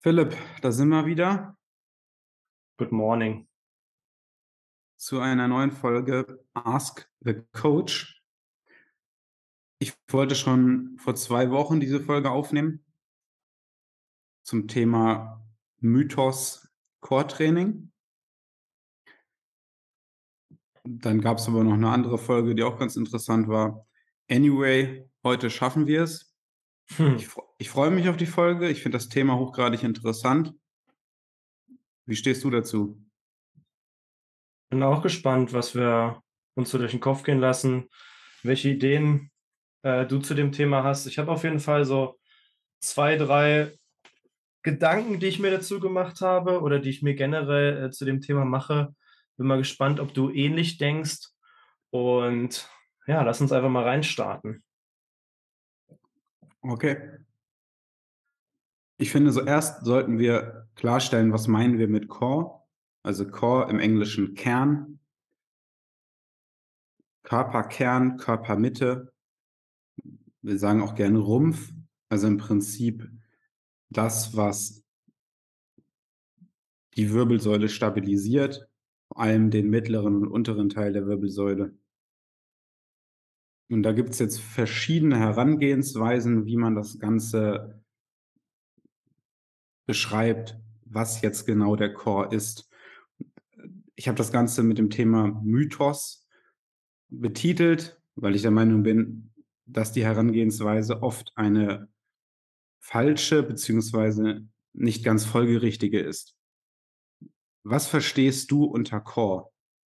Philipp, da sind wir wieder Good morning. zu einer neuen Folge Ask the Coach. Ich wollte schon vor 2 Wochen diese Folge aufnehmen zum Thema Mythos Core-Training. Dann gab es aber noch eine andere Folge, die auch ganz interessant war. Anyway, heute schaffen wir es. Hm. Ich freue mich auf die Folge. Ich finde das Thema hochgradig interessant. Wie stehst du dazu? Bin auch gespannt, was wir uns so durch den Kopf gehen lassen, welche Ideen du zu dem Thema hast. Ich habe auf jeden Fall so 2, 3 Gedanken, die ich mir dazu gemacht habe oder die ich mir generell zu dem Thema mache. Bin mal gespannt, ob du ähnlich denkst. Und ja, lass uns einfach mal reinstarten. Okay. Ich finde, zuerst sollten wir klarstellen, was meinen wir mit Core? Also Core im Englischen Kern, Körperkern, Körpermitte. Wir sagen auch gerne Rumpf. Also im Prinzip das, was die Wirbelsäule stabilisiert, vor allem den mittleren und unteren Teil der Wirbelsäule. Und da gibt es jetzt verschiedene Herangehensweisen, wie man das Ganze beschreibt, was jetzt genau der Core ist. Ich habe das Ganze mit dem Thema Mythos betitelt, weil ich der Meinung bin, dass die Herangehensweise oft eine falsche beziehungsweise nicht ganz folgerichtige ist. Was verstehst du unter Core?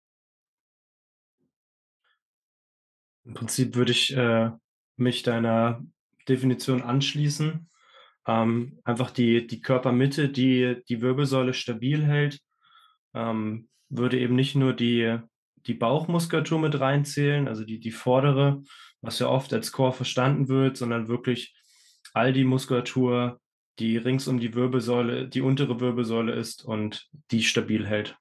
Im Prinzip würde ich mich deiner Definition anschließen. Einfach die Körpermitte, die die Wirbelsäule stabil hält. Würde eben nicht nur die Bauchmuskulatur mit reinzählen, also die vordere, was ja oft als Core verstanden wird, sondern wirklich all die Muskulatur, die rings um die Wirbelsäule, die untere Wirbelsäule ist und die stabil hält.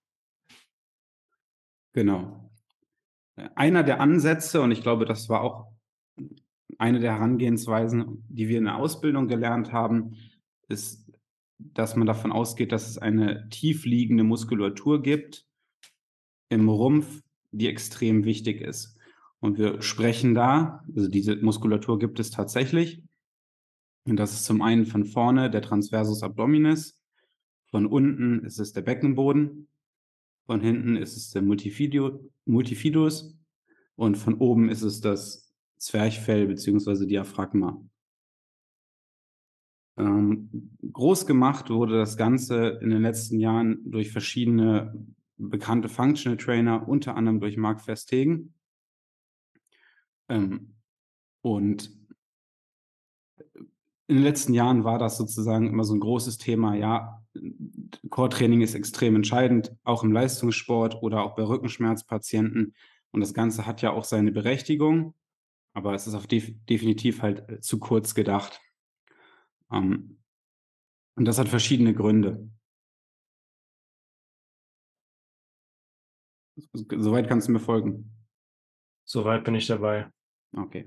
Genau. Einer der Ansätze, und ich glaube, das war auch eine der Herangehensweisen, die wir in der Ausbildung gelernt haben, ist, dass man davon ausgeht, dass es eine tief liegende Muskulatur gibt im Rumpf, die extrem wichtig ist. Und wir sprechen da, also diese Muskulatur gibt es tatsächlich. Und das ist zum einen von vorne der Transversus Abdominis, von unten ist es der Beckenboden, von hinten ist es der Multifidus und von oben ist es das Zwerchfell beziehungsweise Diaphragma. Groß gemacht wurde das Ganze in den letzten Jahren durch verschiedene bekannte Functional Trainer, unter anderem durch Mark Verstegen. Und in den letzten Jahren war das sozusagen immer so ein großes Thema. Ja, Core-Training ist extrem entscheidend, auch im Leistungssport oder auch bei Rückenschmerzpatienten. Und das Ganze hat ja auch seine Berechtigung, aber es ist auf definitiv halt zu kurz gedacht. Ähm, und das hat verschiedene Gründe. Soweit kannst du mir folgen. Soweit bin ich dabei. Okay.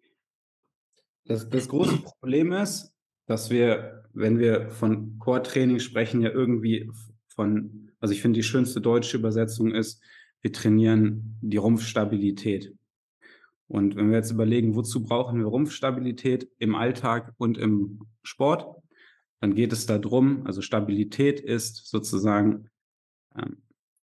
Das große Problem ist, dass wir, wenn wir von Core-Training sprechen, ja irgendwie von, also ich finde, die schönste deutsche Übersetzung ist, wir trainieren die Rumpfstabilität. Und wenn wir jetzt überlegen, wozu brauchen wir Rumpfstabilität im Alltag und im Sport, dann geht es darum, also Stabilität ist sozusagen ähm,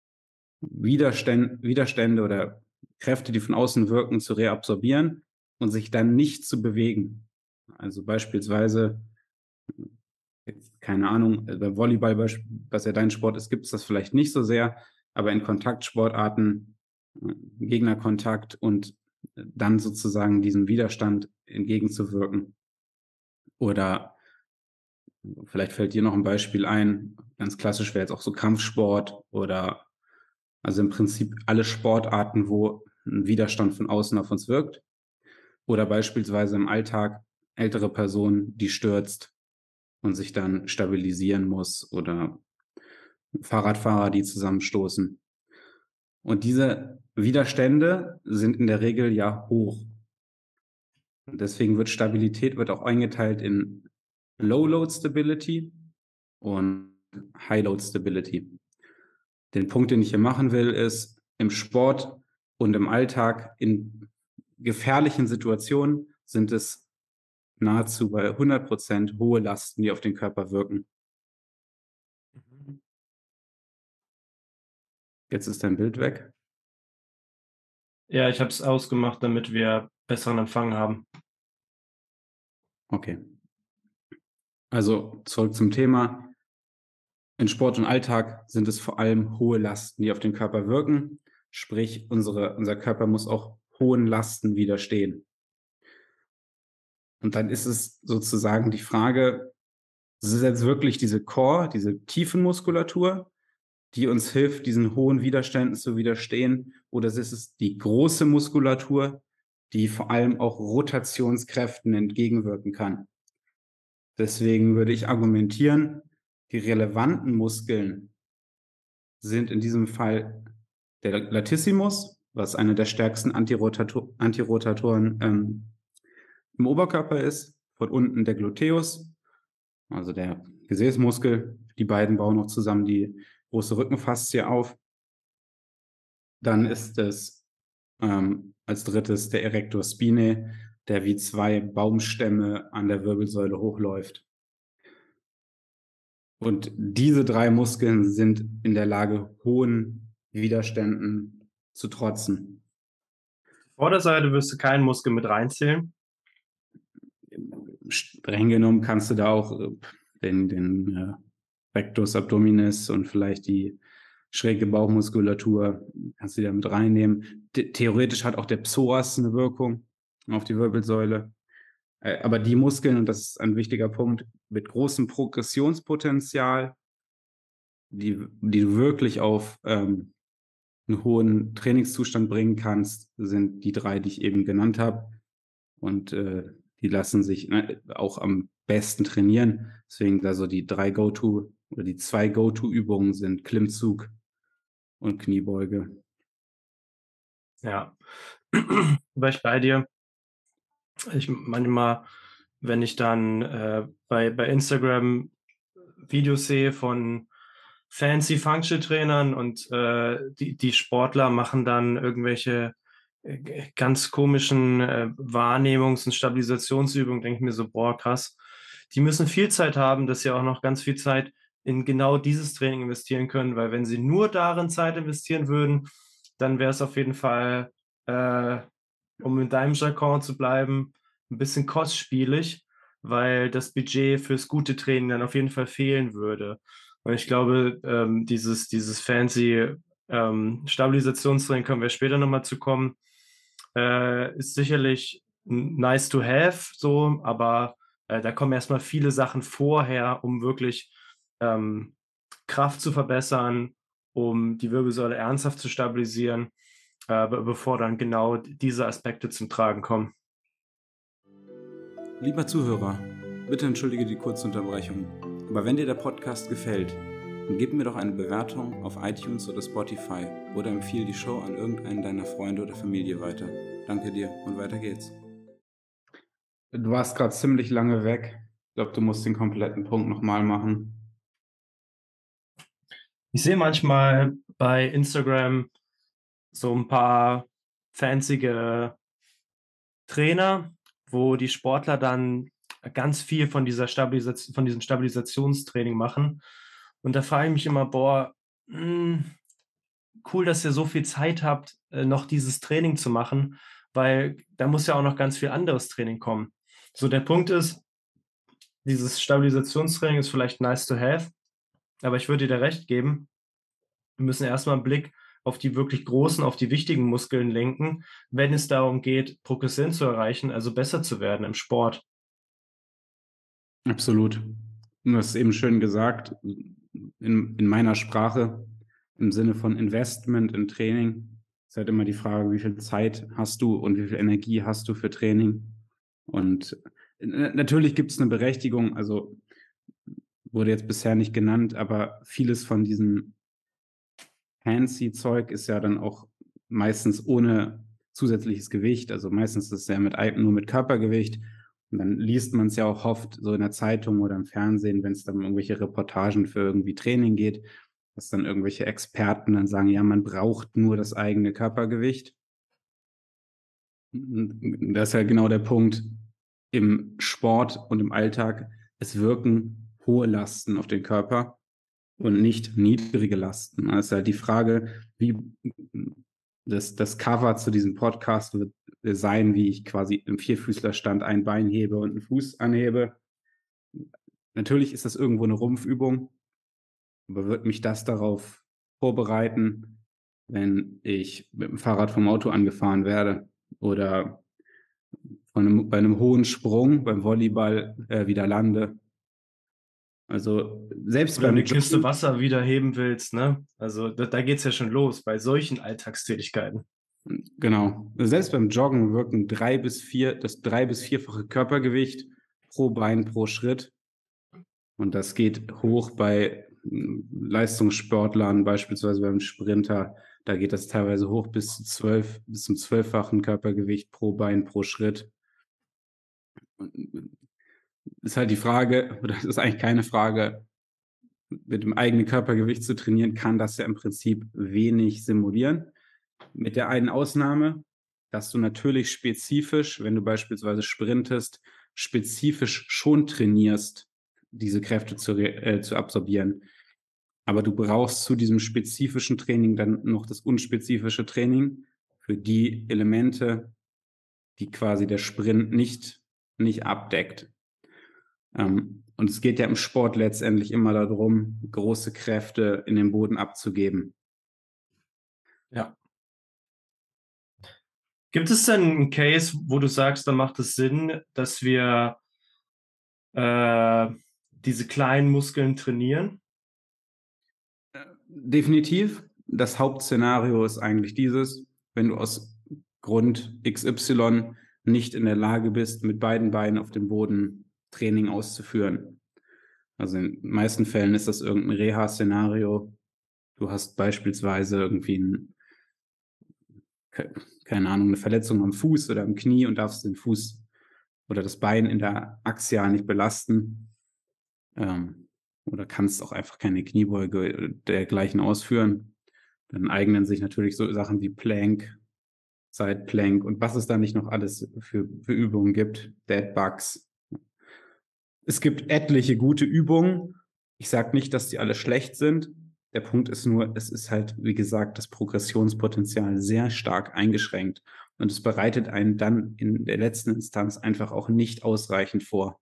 Widerstände oder Kräfte, die von außen wirken, zu reabsorbieren und sich dann nicht zu bewegen. Also beispielsweise, jetzt keine Ahnung, bei Volleyball, was ja dein Sport ist, gibt es das vielleicht nicht so sehr, aber in Kontaktsportarten, Gegnerkontakt und dann sozusagen diesem Widerstand entgegenzuwirken. Oder vielleicht fällt dir noch ein Beispiel ein, ganz klassisch wäre jetzt auch so Kampfsport oder also im Prinzip alle Sportarten, wo ein Widerstand von außen auf uns wirkt. Oder beispielsweise im Alltag ältere Person, die stürzt und sich dann stabilisieren muss oder Fahrradfahrer, die zusammenstoßen. Und diese Widerstände sind in der Regel ja hoch. Und deswegen wird Stabilität wird auch eingeteilt in Low Load Stability und High Load Stability. Den Punkt, den ich hier machen will, ist im Sport und im Alltag in gefährlichen Situationen sind es nahezu bei 100% hohe Lasten, die auf den Körper wirken. Mhm. Jetzt ist dein Bild weg. Ja, ich habe es ausgemacht, damit wir besseren Empfang haben. Okay. Also zurück zum Thema. In Sport und Alltag sind es vor allem hohe Lasten, die auf den Körper wirken. Sprich, unser Körper muss auch hohen Lasten widerstehen. Und dann ist es sozusagen die Frage, ist es jetzt wirklich diese Core, diese Tiefenmuskulatur, die uns hilft, diesen hohen Widerständen zu widerstehen? Oder ist es die große Muskulatur, die vor allem auch Rotationskräften entgegenwirken kann? Deswegen würde ich argumentieren, die relevanten Muskeln sind in diesem Fall der Latissimus, was einer der stärksten Antirotatoren im Oberkörper ist. Von unten der Gluteus, also der Gesäßmuskel. Die beiden bauen noch zusammen die große Rückenfaszie auf. Dann ist es als drittes der Erector spinae, der wie zwei Baumstämme an der Wirbelsäule hochläuft. Und diese drei Muskeln sind in der Lage, hohen Widerständen zu trotzen. Vorderseite wirst du keinen Muskel mit reinzählen. Streng genommen kannst du da auch den Rectus abdominis und vielleicht die schräge Bauchmuskulatur kannst du da mit reinnehmen. Theoretisch hat auch der Psoas eine Wirkung auf die Wirbelsäule. Aber die Muskeln, und das ist ein wichtiger Punkt, mit großem Progressionspotenzial, die du wirklich auf einen hohen Trainingszustand bringen kannst, sind die drei, die ich eben genannt habe. Und die lassen sich auch am besten trainieren. Deswegen also die drei Go-To oder die zwei Go-To-Übungen sind Klimmzug und Kniebeuge. Ja, war ich bei dir. Ich manchmal, wenn ich dann bei Instagram Videos sehe von fancy Functional-Trainern und die Sportler machen dann irgendwelche ganz komischen Wahrnehmungs- und Stabilisationsübungen, denke ich mir so, boah, krass. Die müssen viel Zeit haben, dass sie auch noch ganz viel Zeit in genau dieses Training investieren können, weil wenn sie nur darin Zeit investieren würden, dann wäre es auf jeden Fall, um in deinem Jargon zu bleiben, ein bisschen kostspielig, weil das Budget fürs gute Training dann auf jeden Fall fehlen würde. Und ich glaube, dieses fancy Stabilisationstraining, können wir später nochmal zu kommen, ist sicherlich nice to have, so, aber da kommen erstmal viele Sachen vorher, um wirklich Kraft zu verbessern, um die Wirbelsäule ernsthaft zu stabilisieren, bevor dann genau diese Aspekte zum Tragen kommen. Lieber Zuhörer, bitte entschuldige die kurze Unterbrechung. Aber wenn dir der Podcast gefällt, dann gib mir doch eine Bewertung auf iTunes oder Spotify oder empfehle die Show an irgendeinen deiner Freunde oder Familie weiter. Danke dir und weiter geht's. Du warst gerade ziemlich lange weg. Ich glaube, du musst den kompletten Punkt nochmal machen. Ich sehe manchmal bei Instagram so ein paar fancy Trainer, wo die Sportler dann ganz viel von diesem Stabilisationstraining machen. Und da frage ich mich immer, boah, cool, dass ihr so viel Zeit habt, noch dieses Training zu machen, weil da muss ja auch noch ganz viel anderes Training kommen. So, der Punkt ist, dieses Stabilisationstraining ist vielleicht nice to have, aber ich würde dir da recht geben, wir müssen erstmal einen Blick auf die wirklich großen, auf die wichtigen Muskeln lenken, wenn es darum geht, Progression zu erreichen, also besser zu werden im Sport. Absolut. Du hast eben schön gesagt, in meiner Sprache, im Sinne von Investment in Training, ist halt immer die Frage, wie viel Zeit hast du und wie viel Energie hast du für Training? Und natürlich gibt es eine Berechtigung, also wurde jetzt bisher nicht genannt, aber vieles von diesem fancy Zeug ist ja dann auch meistens ohne zusätzliches Gewicht. Also meistens ist es ja nur mit Körpergewicht. Und dann liest man es ja auch oft so in der Zeitung oder im Fernsehen, wenn es dann um irgendwelche Reportagen für irgendwie Training geht, dass dann irgendwelche Experten dann sagen, ja, man braucht nur das eigene Körpergewicht. Das ist ja genau der Punkt im Sport und im Alltag. Es wirken hohe Lasten auf den Körper und nicht niedrige Lasten. Das ist halt die Frage, wie das Cover zu diesem Podcast wird sein, wie ich quasi im Vierfüßlerstand ein Bein hebe und einen Fuß anhebe. Natürlich ist das irgendwo eine Rumpfübung, aber wird mich das darauf vorbereiten, wenn ich mit dem Fahrrad vom Auto angefahren werde oder bei einem hohen Sprung beim Volleyball wieder lande? Also selbst Oder beim eine Kiste Joggen. Wasser wieder heben willst, ne? Also da geht's ja schon los bei solchen Alltagstätigkeiten. Genau. Selbst beim Joggen wirken das 3 bis vierfache Körpergewicht pro Bein pro Schritt. Und das geht hoch bei Leistungssportlern, beispielsweise beim Sprinter. Da geht das teilweise hoch bis zum 12-fachen Körpergewicht pro Bein pro Schritt. Ist halt die Frage, oder es ist eigentlich keine Frage, mit dem eigenen Körpergewicht zu trainieren, kann das ja im Prinzip wenig simulieren. Mit der einen Ausnahme, dass du natürlich spezifisch, wenn du beispielsweise sprintest, spezifisch schon trainierst, diese Kräfte zu absorbieren. Aber du brauchst zu diesem spezifischen Training dann noch das unspezifische Training für die Elemente, die quasi der Sprint nicht abdeckt. Und es geht ja im Sport letztendlich immer darum, große Kräfte in den Boden abzugeben. Ja. Gibt es denn 'n Case, wo du sagst, da macht es Sinn, dass wir, äh, diese kleinen Muskeln trainieren? Definitiv. Das Hauptszenario ist eigentlich dieses, wenn du aus Grund XY nicht in der Lage bist, mit beiden Beinen auf dem Boden Training auszuführen. Also in den meisten Fällen ist das irgendein Reha-Szenario. Du hast beispielsweise irgendwie keine Ahnung, eine Verletzung am Fuß oder am Knie und darfst den Fuß oder das Bein in der Axial nicht belasten. Oder kannst auch einfach keine Kniebeuge dergleichen ausführen. Dann eignen sich natürlich so Sachen wie Plank, Side Plank und was es da nicht noch alles für Übungen gibt, Dead Bugs. Es gibt etliche gute Übungen. Ich sage nicht, dass die alle schlecht sind. Der Punkt ist nur, es ist halt, wie gesagt, das Progressionspotenzial sehr stark eingeschränkt und es bereitet einen dann in der letzten Instanz einfach auch nicht ausreichend vor.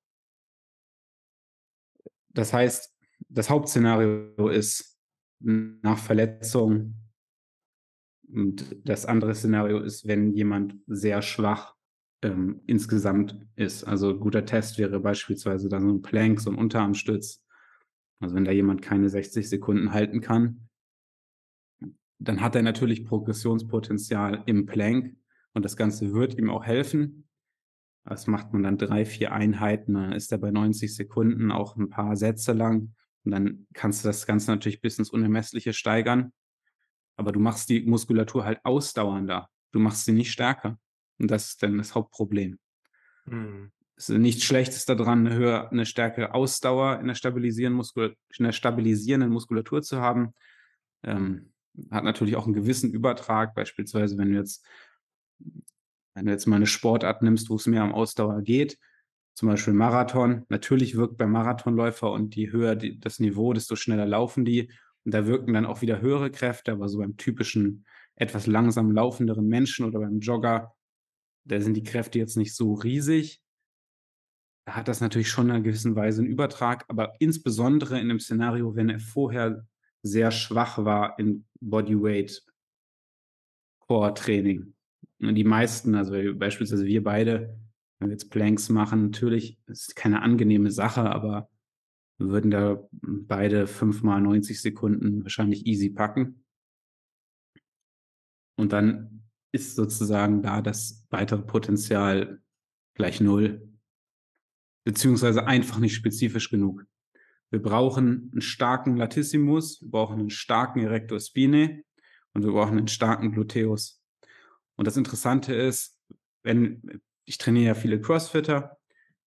Das heißt, das Hauptszenario ist nach Verletzung und das andere Szenario ist, wenn jemand sehr schwach insgesamt ist. Also ein guter Test wäre beispielsweise dann so ein Plank, so ein Unterarmstütz. Also wenn da jemand keine 60 Sekunden halten kann, dann hat er natürlich Progressionspotenzial im Plank und das Ganze wird ihm auch helfen. Das macht man dann 3, 4 Einheiten, dann ist er bei 90 Sekunden auch ein paar Sätze lang und dann kannst du das Ganze natürlich bis ins Unermessliche steigern, aber du machst die Muskulatur halt ausdauernder. Du machst sie nicht stärker und das ist dann das Hauptproblem. Mhm. Es ist nichts Schlechtes daran, eine stärkere Ausdauer in der stabilisierenden Muskulatur zu haben. Ähm, Hat natürlich auch einen gewissen Übertrag, beispielsweise, wenn du jetzt mal eine Sportart nimmst, wo es mehr um Ausdauer geht, zum Beispiel Marathon. Natürlich wirkt beim Marathonläufer und je höher das Niveau, desto schneller laufen die. Und da wirken dann auch wieder höhere Kräfte, aber so beim typischen, etwas langsam laufenderen Menschen oder beim Jogger, da sind die Kräfte jetzt nicht so riesig. Da hat das natürlich schon in einer gewissen Weise einen Übertrag, aber insbesondere in dem Szenario, wenn er vorher sehr schwach war in Bodyweight Core-Training. Und die meisten, also beispielsweise wir beide, wenn wir jetzt Planks machen, natürlich ist es keine angenehme Sache, aber wir würden da beide 5 mal 90 Sekunden wahrscheinlich easy packen. Und dann ist sozusagen da das weitere Potenzial gleich null, beziehungsweise einfach nicht spezifisch genug. Wir brauchen einen starken Latissimus, wir brauchen einen starken Erector Spinae und wir brauchen einen starken Gluteus. Und das Interessante ist, wenn ich trainiere ja viele Crossfitter,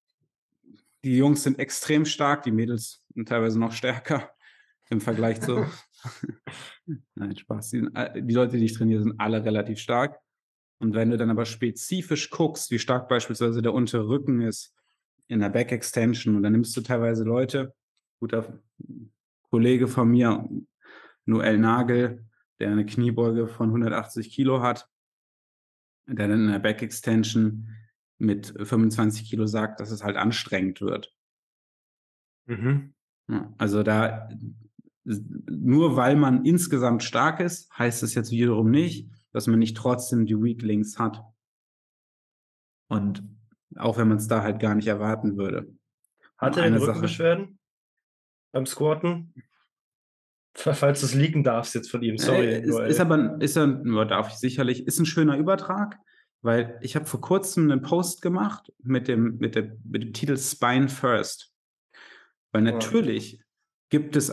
Die Jungs sind extrem stark, die Mädels sind teilweise noch stärker im Vergleich zu. Nein, Spaß. Die Leute, die ich trainiere, sind alle relativ stark. Und wenn du dann aber spezifisch guckst, wie stark beispielsweise der untere Rücken ist in der Back Extension, und dann nimmst du teilweise Leute, guter Kollege von mir, Noel Nagel, der eine Kniebeuge von 180 Kilo hat, der dann in der Back Extension mit 25 Kilo sagt, dass es halt anstrengend wird. Mhm. Ja, also da, nur weil man insgesamt stark ist, heißt es jetzt wiederum nicht, dass man nicht trotzdem die Weak Links hat. Und auch wenn man es da halt gar nicht erwarten würde. Hat er denn Eine Sache. Rückenbeschwerden beim Squatten? Falls du es leaken darfst jetzt von ihm, sorry, Ist aber, darf ich sicherlich, ist ein schöner Übertrag, weil ich habe vor kurzem einen Post gemacht mit dem Titel Spine First. Weil natürlich gibt es,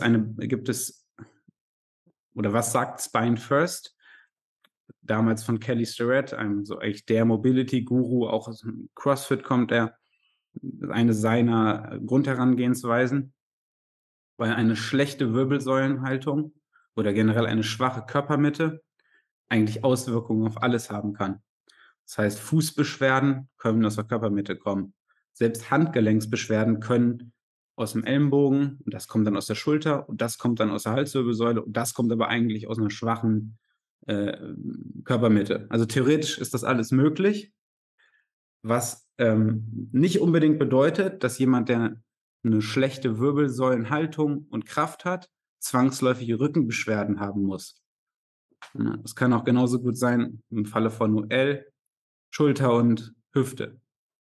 oder was sagt Spine First? Damals von Kelly Starrett, einem so echt der Mobility-Guru, auch aus dem CrossFit kommt er, eine seiner Grundherangehensweisen, weil eine schlechte Wirbelsäulenhaltung oder generell eine schwache Körpermitte eigentlich Auswirkungen auf alles haben kann. Das heißt, Fußbeschwerden können aus der Körpermitte kommen. Selbst Handgelenksbeschwerden können aus dem Ellenbogen, und das kommt dann aus der Schulter, und das kommt dann aus der Halswirbelsäule, und das kommt aber eigentlich aus einer schwachen Körpermitte. Also theoretisch ist das alles möglich, was nicht unbedingt bedeutet, dass jemand, der eine schlechte Wirbelsäulenhaltung und Kraft hat, zwangsläufig Rückenbeschwerden haben muss. Ja, das kann auch genauso gut sein im Falle von Noel, Schulter und Hüfte.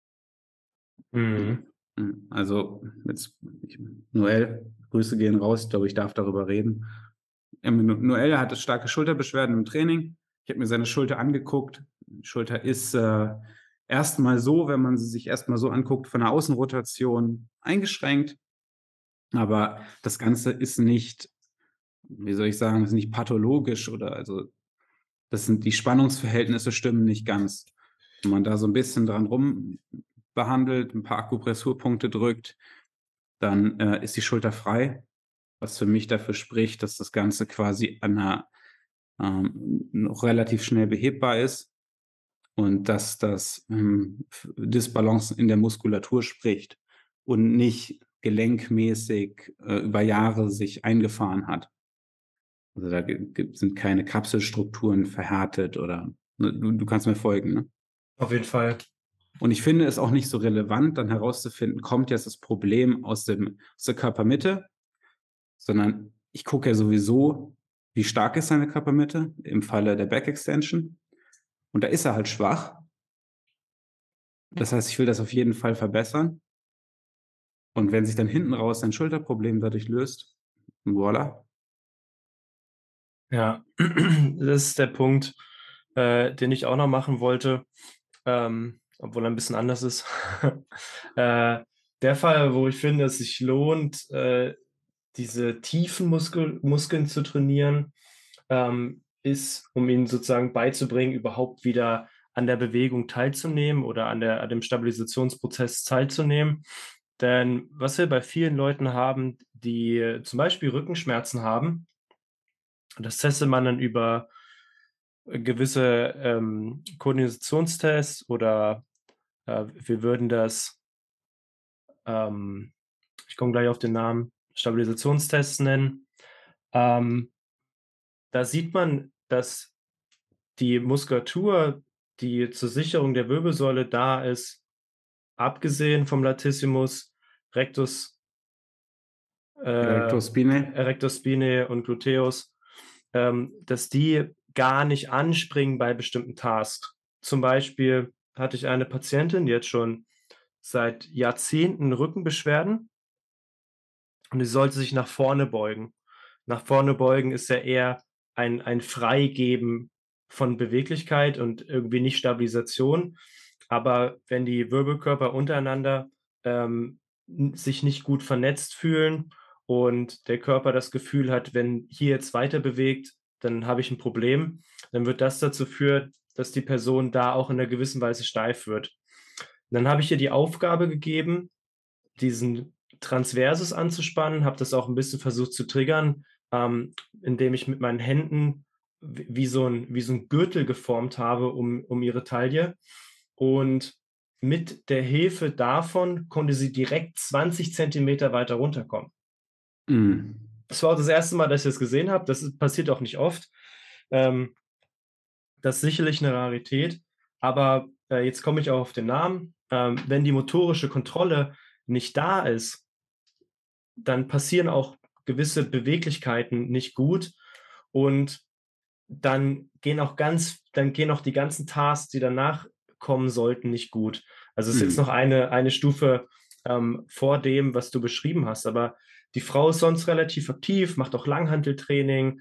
Mhm. Also jetzt, Noel, Grüße gehen raus, ich glaube, ich darf darüber reden. Noel hatte starke Schulterbeschwerden im Training. Ich habe mir seine Schulter angeguckt. Die Schulter ist erstmal so, wenn man sie sich erstmal so anguckt, von der Außenrotation eingeschränkt. Aber das Ganze ist nicht, wie soll ich sagen, ist nicht pathologisch oder also die Spannungsverhältnisse stimmen nicht ganz. Wenn man da so ein bisschen dran rum behandelt, ein paar Akupressurpunkte drückt, dann ist die Schulter frei, was für mich dafür spricht, dass das Ganze quasi noch relativ schnell behebbar ist und dass das Disbalance in der Muskulatur spricht und nicht gelenkmäßig über Jahre sich eingefahren hat. Also da sind keine Kapselstrukturen verhärtet oder du kannst mir folgen, ne? Auf jeden Fall. Und ich finde es auch nicht so relevant, dann herauszufinden, kommt jetzt das Problem aus der Körpermitte, sondern ich gucke ja sowieso, wie stark ist seine Körpermitte im Falle der Back Extension. Und da ist er halt schwach. Das heißt, ich will das auf jeden Fall verbessern. Und wenn sich dann hinten raus sein Schulterproblem dadurch löst, voilà. Ja, das ist der Punkt, den ich auch noch machen wollte, obwohl er ein bisschen anders ist. Der Fall, wo ich finde, es sich lohnt, diese tiefen Muskeln zu trainieren, ist, um ihnen sozusagen beizubringen, überhaupt wieder an der Bewegung teilzunehmen oder an dem Stabilisationsprozess teilzunehmen. Denn was wir bei vielen Leuten haben, die zum Beispiel Rückenschmerzen haben, das testet man dann über gewisse Koordinationstests oder wir würden das, ähm, ich komme gleich auf den Namen, Stabilisationstests nennen. Ähm, Da sieht man, dass die Muskulatur, die zur Sicherung der Wirbelsäule da ist, abgesehen vom Latissimus, Rectus, Rectus spinae. Rectus spinae und Gluteus, dass die gar nicht anspringen bei bestimmten Tasks. Zum Beispiel hatte ich eine Patientin, die hat schon seit Jahrzehnten Rückenbeschwerden und die sollte sich nach vorne beugen. Nach vorne beugen ist ja eher ein Freigeben von Beweglichkeit und irgendwie nicht Stabilisation. Aber wenn die Wirbelkörper untereinander sich nicht gut vernetzt fühlen und der Körper das Gefühl hat, wenn hier jetzt weiter bewegt, dann habe ich ein Problem, dann wird das dazu führen, dass die Person da auch in einer gewissen Weise steif wird. Und dann habe ich ihr die Aufgabe gegeben, diesen Transversus anzuspannen, habe das auch ein bisschen versucht zu triggern, indem ich mit meinen Händen wie so ein Gürtel geformt habe um ihre Taille. Und mit der Hilfe davon konnte sie direkt 20 Zentimeter weiter runterkommen. Mhm. Das war auch das erste Mal, dass ich das gesehen habe. Passiert auch nicht oft. Ähm, Das ist sicherlich eine Rarität, aber jetzt komme ich auch auf den Namen. Wenn die motorische Kontrolle nicht da ist, dann passieren auch gewisse Beweglichkeiten nicht gut und dann gehen auch die ganzen Tasks, die danach kommen sollten, nicht gut. Also es ist jetzt noch Mhm. eine Stufe vor dem, was du beschrieben hast. Aber die Frau ist sonst relativ aktiv, macht auch Langhanteltraining,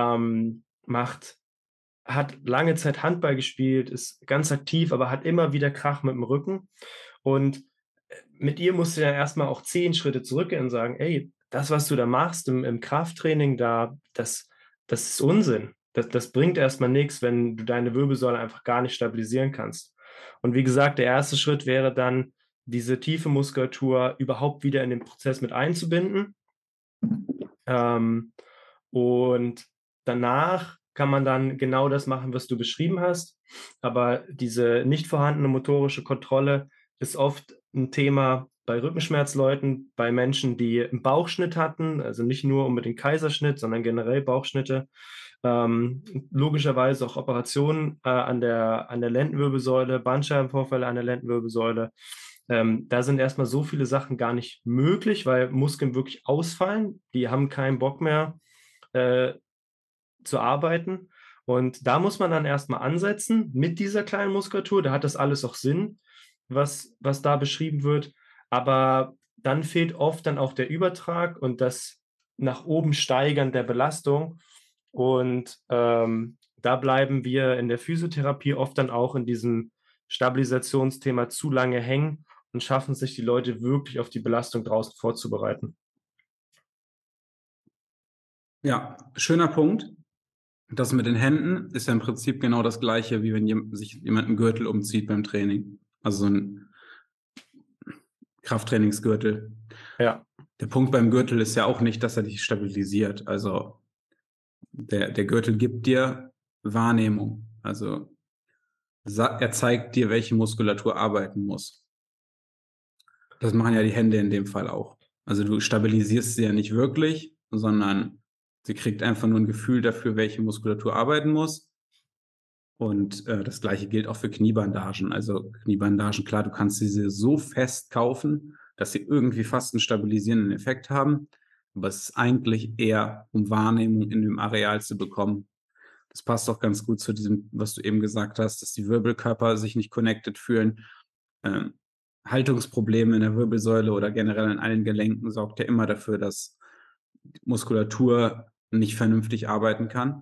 hat lange Zeit Handball gespielt, ist ganz aktiv, aber hat immer wieder Krach mit dem Rücken. Und mit ihr musst du dann erstmal auch 10 Schritte zurückgehen und sagen, ey, das, was du da machst im Krafttraining, das ist Unsinn. Das bringt erstmal nichts, wenn du deine Wirbelsäule einfach gar nicht stabilisieren kannst. Und wie gesagt, der erste Schritt wäre dann, diese tiefe Muskulatur überhaupt wieder in den Prozess mit einzubinden. Ähm, und danach kann man dann genau das machen, was du beschrieben hast. Aber diese nicht vorhandene motorische Kontrolle ist oft ein Thema bei Rückenschmerzleuten, bei Menschen, die einen Bauchschnitt hatten, also nicht nur unbedingt Kaiserschnitt, sondern generell Bauchschnitte. Logischerweise auch Operationen an der Lendenwirbelsäule, Bandscheibenvorfälle an der Lendenwirbelsäule. Da sind erstmal so viele Sachen gar nicht möglich, weil Muskeln wirklich ausfallen. Die haben keinen Bock mehr äh, zu arbeiten. Und da muss man dann erstmal ansetzen mit dieser kleinen Muskulatur. Da hat das alles auch Sinn, was da beschrieben wird. Aber dann fehlt oft dann auch der Übertrag und das nach oben steigern der Belastung. Und da bleiben wir in der Physiotherapie oft dann auch in diesem Stabilisationsthema zu lange hängen und schaffen sich die Leute wirklich auf die Belastung draußen vorzubereiten. Ja, schöner Punkt. Das mit den Händen ist ja im Prinzip genau das Gleiche, wie wenn sich jemand einen Gürtel umzieht beim Training. Also so ein Krafttrainingsgürtel. Ja, Der Punkt beim Gürtel ist ja auch nicht, dass er dich stabilisiert. Also der Gürtel gibt dir Wahrnehmung. Also er zeigt dir, welche Muskulatur arbeiten muss. Das machen ja die Hände in dem Fall auch. Also du stabilisierst sie ja nicht wirklich, sondern sie kriegt einfach nur ein Gefühl dafür, welche Muskulatur arbeiten muss. Und das Gleiche gilt auch für Kniebandagen. Also Kniebandagen, klar, du kannst diese so fest kaufen, dass sie irgendwie fast einen stabilisierenden Effekt haben. Aber es ist eigentlich eher, um Wahrnehmung in dem Areal zu bekommen. Das passt auch ganz gut zu diesem, was du eben gesagt hast, dass die Wirbelkörper sich nicht connected fühlen. Ähm, Haltungsprobleme in der Wirbelsäule oder generell in allen Gelenken sorgt ja immer dafür, dass die Muskulatur nicht vernünftig arbeiten kann.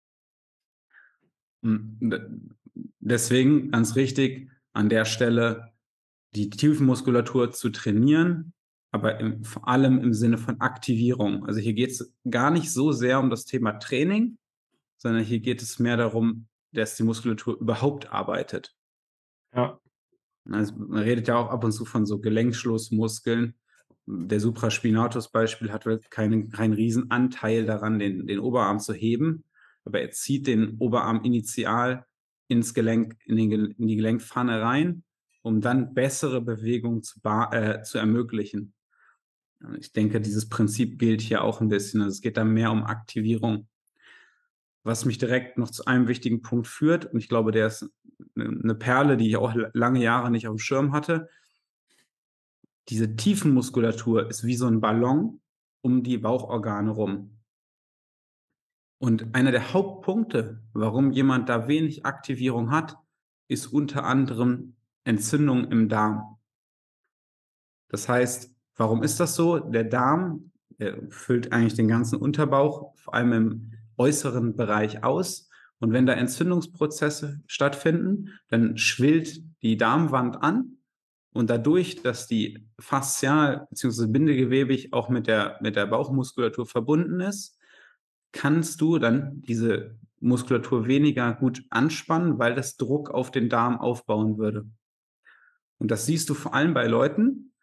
Deswegen ganz richtig, an der Stelle die Tiefenmuskulatur zu trainieren, aber vor allem im Sinne von Aktivierung. Also hier geht es gar nicht so sehr um das Thema Training, sondern hier geht es mehr darum, dass die Muskulatur überhaupt arbeitet. ja, Also man redet ja auch ab und zu von so Gelenkschlussmuskeln. Der Supraspinatus Beispiel hat halt keinen riesen Anteil daran, den Oberarm zu heben, aber er zieht den Oberarm initial ins Gelenk, in die Gelenkpfanne rein, um dann bessere Bewegungen zu ermöglichen. Ich denke, dieses Prinzip gilt hier auch ein bisschen. Also es geht da mehr um Aktivierung. Was mich direkt noch zu einem wichtigen Punkt führt, und ich glaube, der ist eine Perle, die ich auch lange Jahre nicht auf dem Schirm hatte. Diese Tiefenmuskulatur ist wie so ein Ballon um die Bauchorgane rum. Und einer der Hauptpunkte, warum jemand da wenig Aktivierung hat, ist unter anderem Entzündung im Darm. Das heißt, warum ist das so? Der Darm, der füllt eigentlich den ganzen Unterbauch, vor allem im äußeren Bereich aus. Und wenn da Entzündungsprozesse stattfinden, dann schwillt die Darmwand an. Und dadurch, dass die faszial bzw. bindegewebig auch mit der Bauchmuskulatur verbunden ist, kannst du dann diese Muskulatur weniger gut anspannen, weil das Druck auf den Darm aufbauen würde. Und das siehst du vor allem bei Leuten,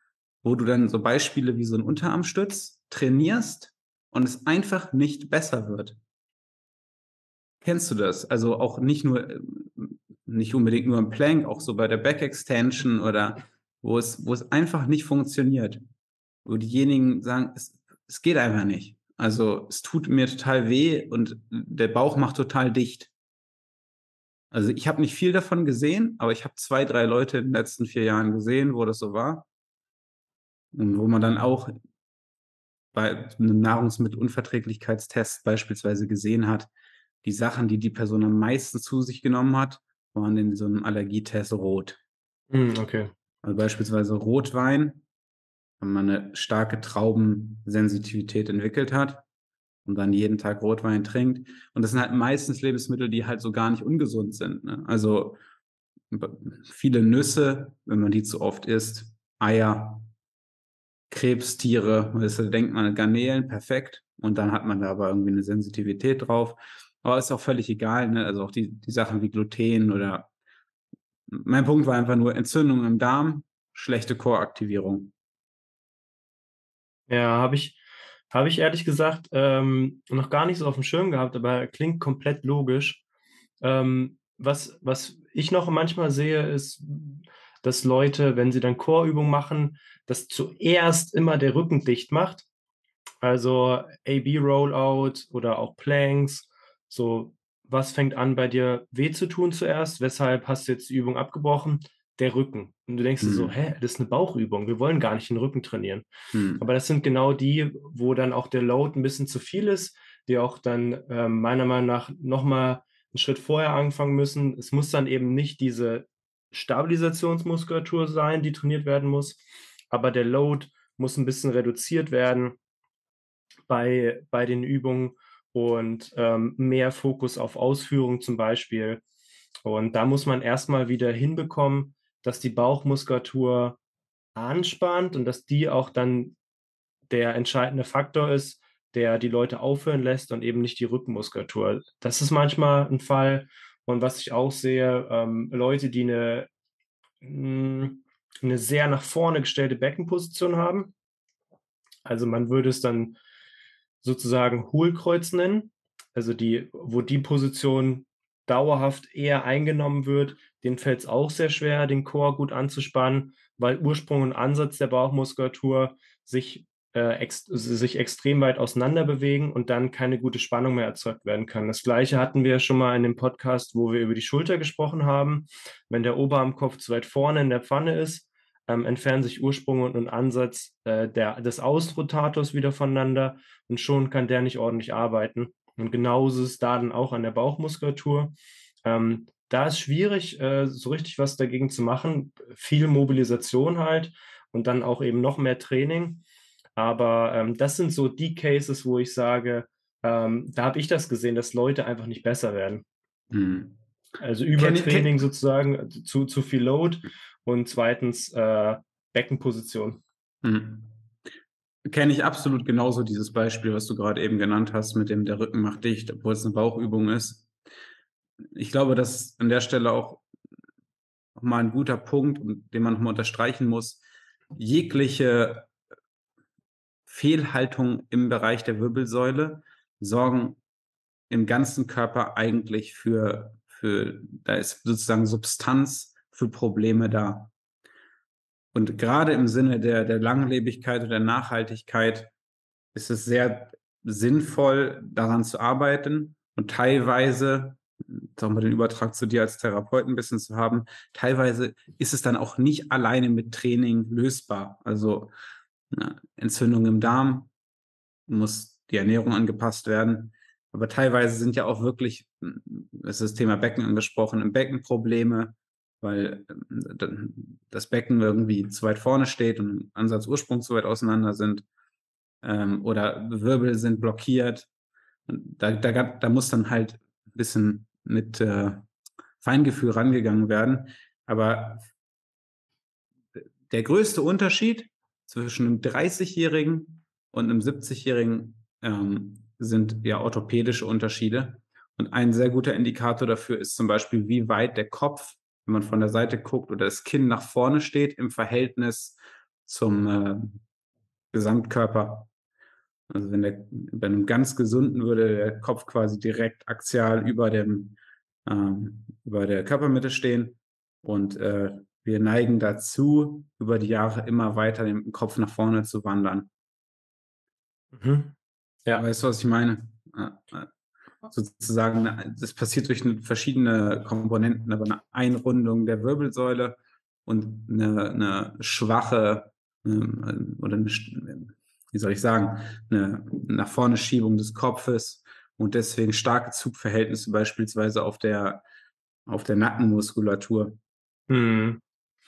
wo du dann so Beispiele wie so 'n Unterarmstütz trainierst und es einfach nicht besser wird. Kennst du das? Also, auch nicht unbedingt nur im Plank, auch so bei der Back Extension oder wo es einfach nicht funktioniert. Wo diejenigen sagen: „Es geht einfach nicht. Also, es tut mir total weh und der Bauch macht total dicht.“ Also, ich habe nicht viel davon gesehen, aber ich habe 2, 3 Leute in den letzten 4 Jahren gesehen, wo das so war und wo man dann auch bei 'nem Nahrungsmittelunverträglichkeitstest beispielsweise gesehen hat, die Sachen, die die Person am meisten zu sich genommen hat, waren in so 'nem Allergietest rot. Okay. Also, beispielsweise Rotwein, wenn man 'ne starke Traubensensitivität entwickelt hat und dann jeden Tag Rotwein trinkt. Und das sind halt meistens Lebensmittel, die halt so gar nicht ungesund sind, ne? Also, b viele Nüsse, wenn man die zu oft isst, Eier, Krebstiere, weißt du, da denkt man Garnelen, perfekt. Und dann hat man da aber irgendwie 'ne Sensitivität drauf. Aber ist auch völlig egal, ne? Also, auch die Sachen wie Gluten oder mein Punkt war einfach nur Entzündung im Darm, schlechte Choraktivierung. Ja, habe ich ehrlich gesagt, noch gar nicht so auf dem Schirm gehabt, aber klingt komplett logisch. Was ich noch manchmal sehe, ist, dass Leute, wenn sie dann Core-Übungen machen, dass zuerst immer der Rücken dicht macht. Also AB Rollout oder auch Planks. So, was fängt an, bei dir weh zu tun zuerst? Weshalb hast du jetzt die Übung abgebrochen? Der Rücken. Und du denkst dir so: Mhm. „Hä, das ist eine Bauchübung. Wir wollen gar nicht den Rücken trainieren.“ Mhm. Aber das sind genau die, wo dann auch der Load ein bisschen zu viel ist, die auch dann, meiner Meinung nach noch mal 'n Schritt vorher anfangen müssen. Es muss dann eben nicht diese Stabilisationsmuskulatur sein, die trainiert werden muss, aber der Load muss ein bisschen reduziert werden bei den Übungen und, mehr Fokus auf Ausführung zum Beispiel. Und da muss man erst mal wieder hinbekommen, dass die Bauchmuskulatur anspannt und dass die auch dann der entscheidende Faktor ist, der die Leute aufhören lässt und eben nicht die Rückenmuskulatur. Das ist manchmal 'n Fall. Und was ich auch sehe, Leute, die 'ne sehr nach vorne gestellte Beckenposition haben. Also, man würde es dann sozusagen Hohlkreuz nennen, also wo die Position dauerhaft eher eingenommen wird, denen fällt es auch sehr schwer, den Core gut anzuspannen, weil Ursprung und Ansatz der Bauchmuskulatur sich extrem weit auseinander bewegen und dann keine gute Spannung mehr erzeugt werden kann. Das Gleiche hatten wir schon mal in dem Podcast, wo wir über die Schulter gesprochen haben. Wenn der Oberarmkopf zu weit vorne in der Pfanne ist, entfernen sich Ursprung und Ansatz des Außenrotators wieder voneinander und schon kann der nicht ordentlich arbeiten. Und genauso ist es da dann auch an der Bauchmuskulatur. Da ist schwierig, so richtig was dagegen zu machen. Viel Mobilisation halt und dann auch eben noch mehr Training. Aber das sind so die Cases, wo ich sage, da habe ich das gesehen, dass Leute einfach nicht besser werden. Mhm. Also Kenne ich Übertraining sozusagen, zu viel Load und zweitens Beckenposition. mhm. Kenne ich absolut genauso dieses Beispiel, was du gerade eben genannt hast, mit dem der Rücken macht dicht, obwohl es eine Bauchübung ist. Ich glaube, das ist an der Stelle auch noch mal 'n guter Punkt, den man noch mal unterstreichen muss. Jegliche Fehlhaltung im Bereich der Wirbelsäule sorgen im ganzen Körper eigentlich für da ist sozusagen Substanz für Probleme da. Und gerade im Sinne der Langlebigkeit oder der Nachhaltigkeit ist es sehr sinnvoll, daran zu arbeiten und teilweise, um mal den Übertrag zu dir als Therapeut 'n bisschen zu haben, teilweise ist es dann auch nicht alleine mit Training lösbar. Also, 'ne Entzündung im Darm muss die Ernährung angepasst werden. Aber teilweise sind ja auch wirklich, es ist das Thema Becken angesprochen, im Becken Probleme, weil das Becken irgendwie zu weit vorne steht und Ansatz, Ursprung zu weit auseinander sind, oder Wirbel sind blockiert. Und da muss dann halt ein bisschen mit Feingefühl rangegangen werden. Aber der größte Unterschied zwischen einem 30-Jährigen und einem 70-Jährigen sind ja orthopädische Unterschiede. Und ein sehr guter Indikator dafür ist zum Beispiel, wie weit der Kopf, wenn man von der Seite guckt oder das Kinn nach vorne steht im Verhältnis zum Gesamtkörper. Also bei einem ganz gesunden würde der Kopf quasi direkt axial über der Körpermitte stehen. Und wir neigen dazu, über die Jahre immer weiter den Kopf nach vorne zu wandern. Mhm. Ja. Weißt du, was ich meine? Sozusagen, das passiert durch verschiedene Komponenten, aber eine Einrundung der Wirbelsäule und eine schwache oder wie soll ich sagen, eine nach vorne Schiebung des Kopfes und deswegen starke Zugverhältnisse beispielsweise auf der Nackenmuskulatur. Mhm.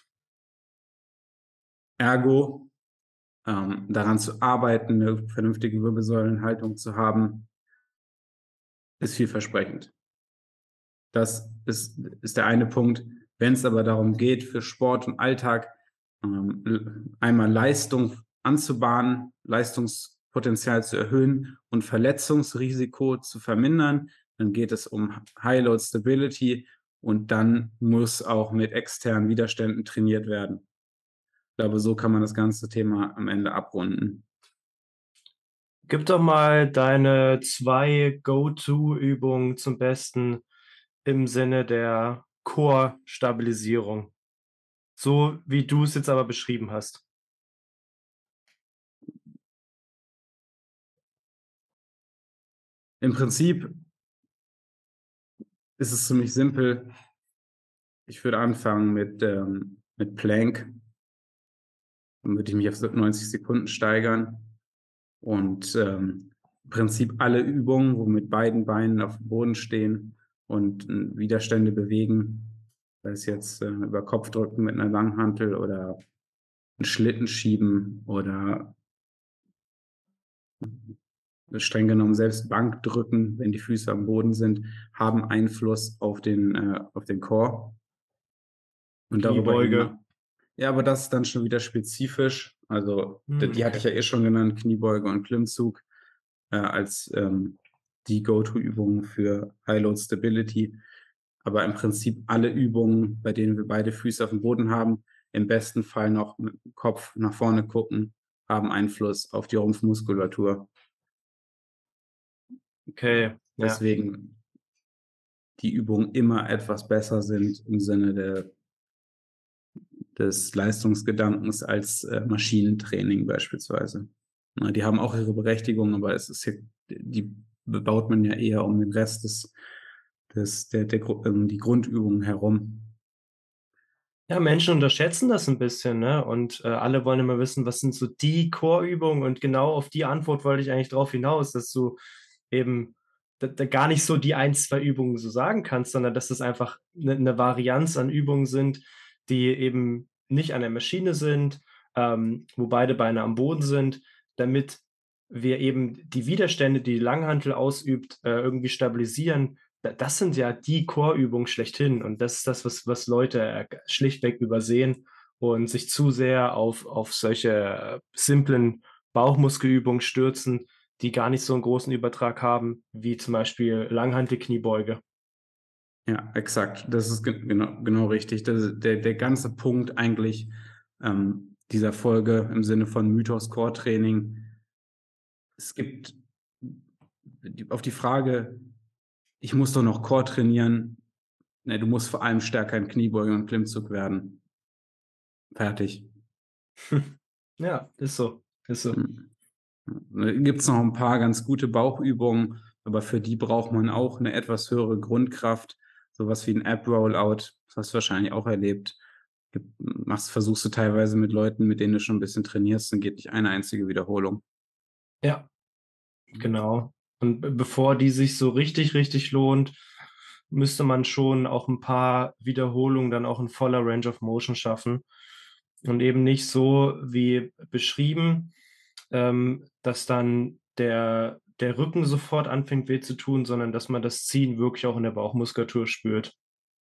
Ergo, daran zu arbeiten, eine vernünftige Wirbelsäulenhaltung zu haben, ist vielversprechend. Das ist der eine Punkt. Wenn es aber darum geht, für Sport und Alltag einmal Leistung anzubahnen, Leistungspotenzial zu erhöhen und Verletzungsrisiko zu vermindern, dann geht es um High-Load Stability und dann muss auch mit externen Widerständen trainiert werden. Ich glaube, so kann man das ganze Thema am Ende abrunden. Gib doch mal deine 2 Go-to-Übungen zum Besten im Sinne der Core-Stabilisierung, so wie du es jetzt aber beschrieben hast. Im Prinzip ist es ziemlich simpel. Ich würde anfangen mit Plank. Dann würde ich mich auf 90 Sekunden steigern und im Prinzip alle Übungen, wo mit beiden Beinen auf dem Boden stehen und Widerstände bewegen, sei es jetzt über Kopfdrücken mit einer Langhantel oder einen Schlitten schieben oder streng genommen selbst Bankdrücken, wenn die Füße am Boden sind, haben Einfluss auf den Core. Und darüber hinaus. Kniebeuge. Ja, aber das ist dann schon wieder spezifisch. Also, die hatte ich Okay. ja schon genannt, Kniebeuge und Klimmzug, als die Go-To-Übungen für High-Load Stability. Aber im Prinzip alle Übungen, bei denen wir beide Füße auf dem Boden haben, im besten Fall noch mit dem Kopf nach vorne gucken, haben Einfluss auf die Rumpfmuskulatur. Okay, ja. Deswegen die Übungen immer etwas besser sind im Sinne des Leistungsgedankens als Maschinentraining beispielsweise. Na, die haben auch ihre Berechtigung, aber die baut man ja eher um den Rest die Grundübungen herum. Ja, Menschen unterschätzen das ein bisschen, ne? Und, alle wollen immer wissen, was sind so die Core-Übungen? Und genau auf die Antwort wollte ich eigentlich drauf hinaus, dass du eben da gar nicht so die 1, 2 Übungen so sagen kannst, sondern dass es einfach eine Varianz an Übungen sind, die eben nicht an der Maschine sind, wo beide Beine am Boden sind, damit wir eben die Widerstände, die Langhantel ausübt, irgendwie stabilisieren. Das sind ja die Core-Übungen schlechthin und das ist das, was Leute, schlichtweg übersehen und sich zu sehr auf solche, simplen Bauchmuskelübungen stürzen, die gar nicht so 'n großen Übertrag haben, wie zum Beispiel Langhantelkniebeuge. Ja, exakt. Das ist genau richtig. Das ist der ganze Punkt eigentlich dieser Folge im Sinne von Mythos Core Training. Es gibt auf die Frage, ich muss doch noch Core trainieren. Ne, du musst vor allem stärker im Kniebeuge und Klimmzug werden. Fertig. Ja, ist so, ist so. Mhm. Gibt es noch ein paar ganz gute Bauchübungen, aber für die braucht man auch eine etwas höhere Grundkraft. Sowas wie ein Ab-Rollout, das hast du wahrscheinlich auch erlebt. Versuchst du teilweise mit Leuten, mit denen du schon ein bisschen trainierst, dann geht nicht eine einzige Wiederholung. Ja, genau. Und bevor die sich so richtig, richtig lohnt, müsste man schon auch 'n paar Wiederholungen dann auch in voller Range of Motion schaffen und eben nicht so wie beschrieben, dass dann der Rücken sofort anfängt weh zu tun, sondern dass man das Ziehen wirklich auch in der Bauchmuskulatur spürt.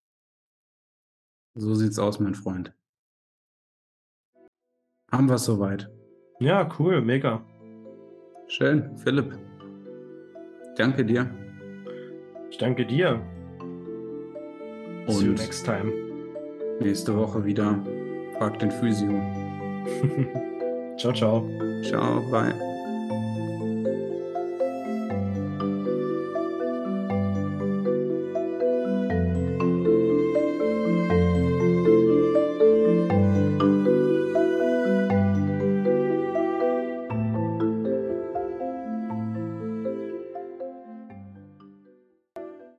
So sieht's aus, mein Freund. Haben wir's soweit. Ja, cool, mega. Schön, Philipp. Danke dir Ich danke dir. See you und next time. nächste Woche wieder Frag den Physio. Ciao, ciao. Ciao, bye.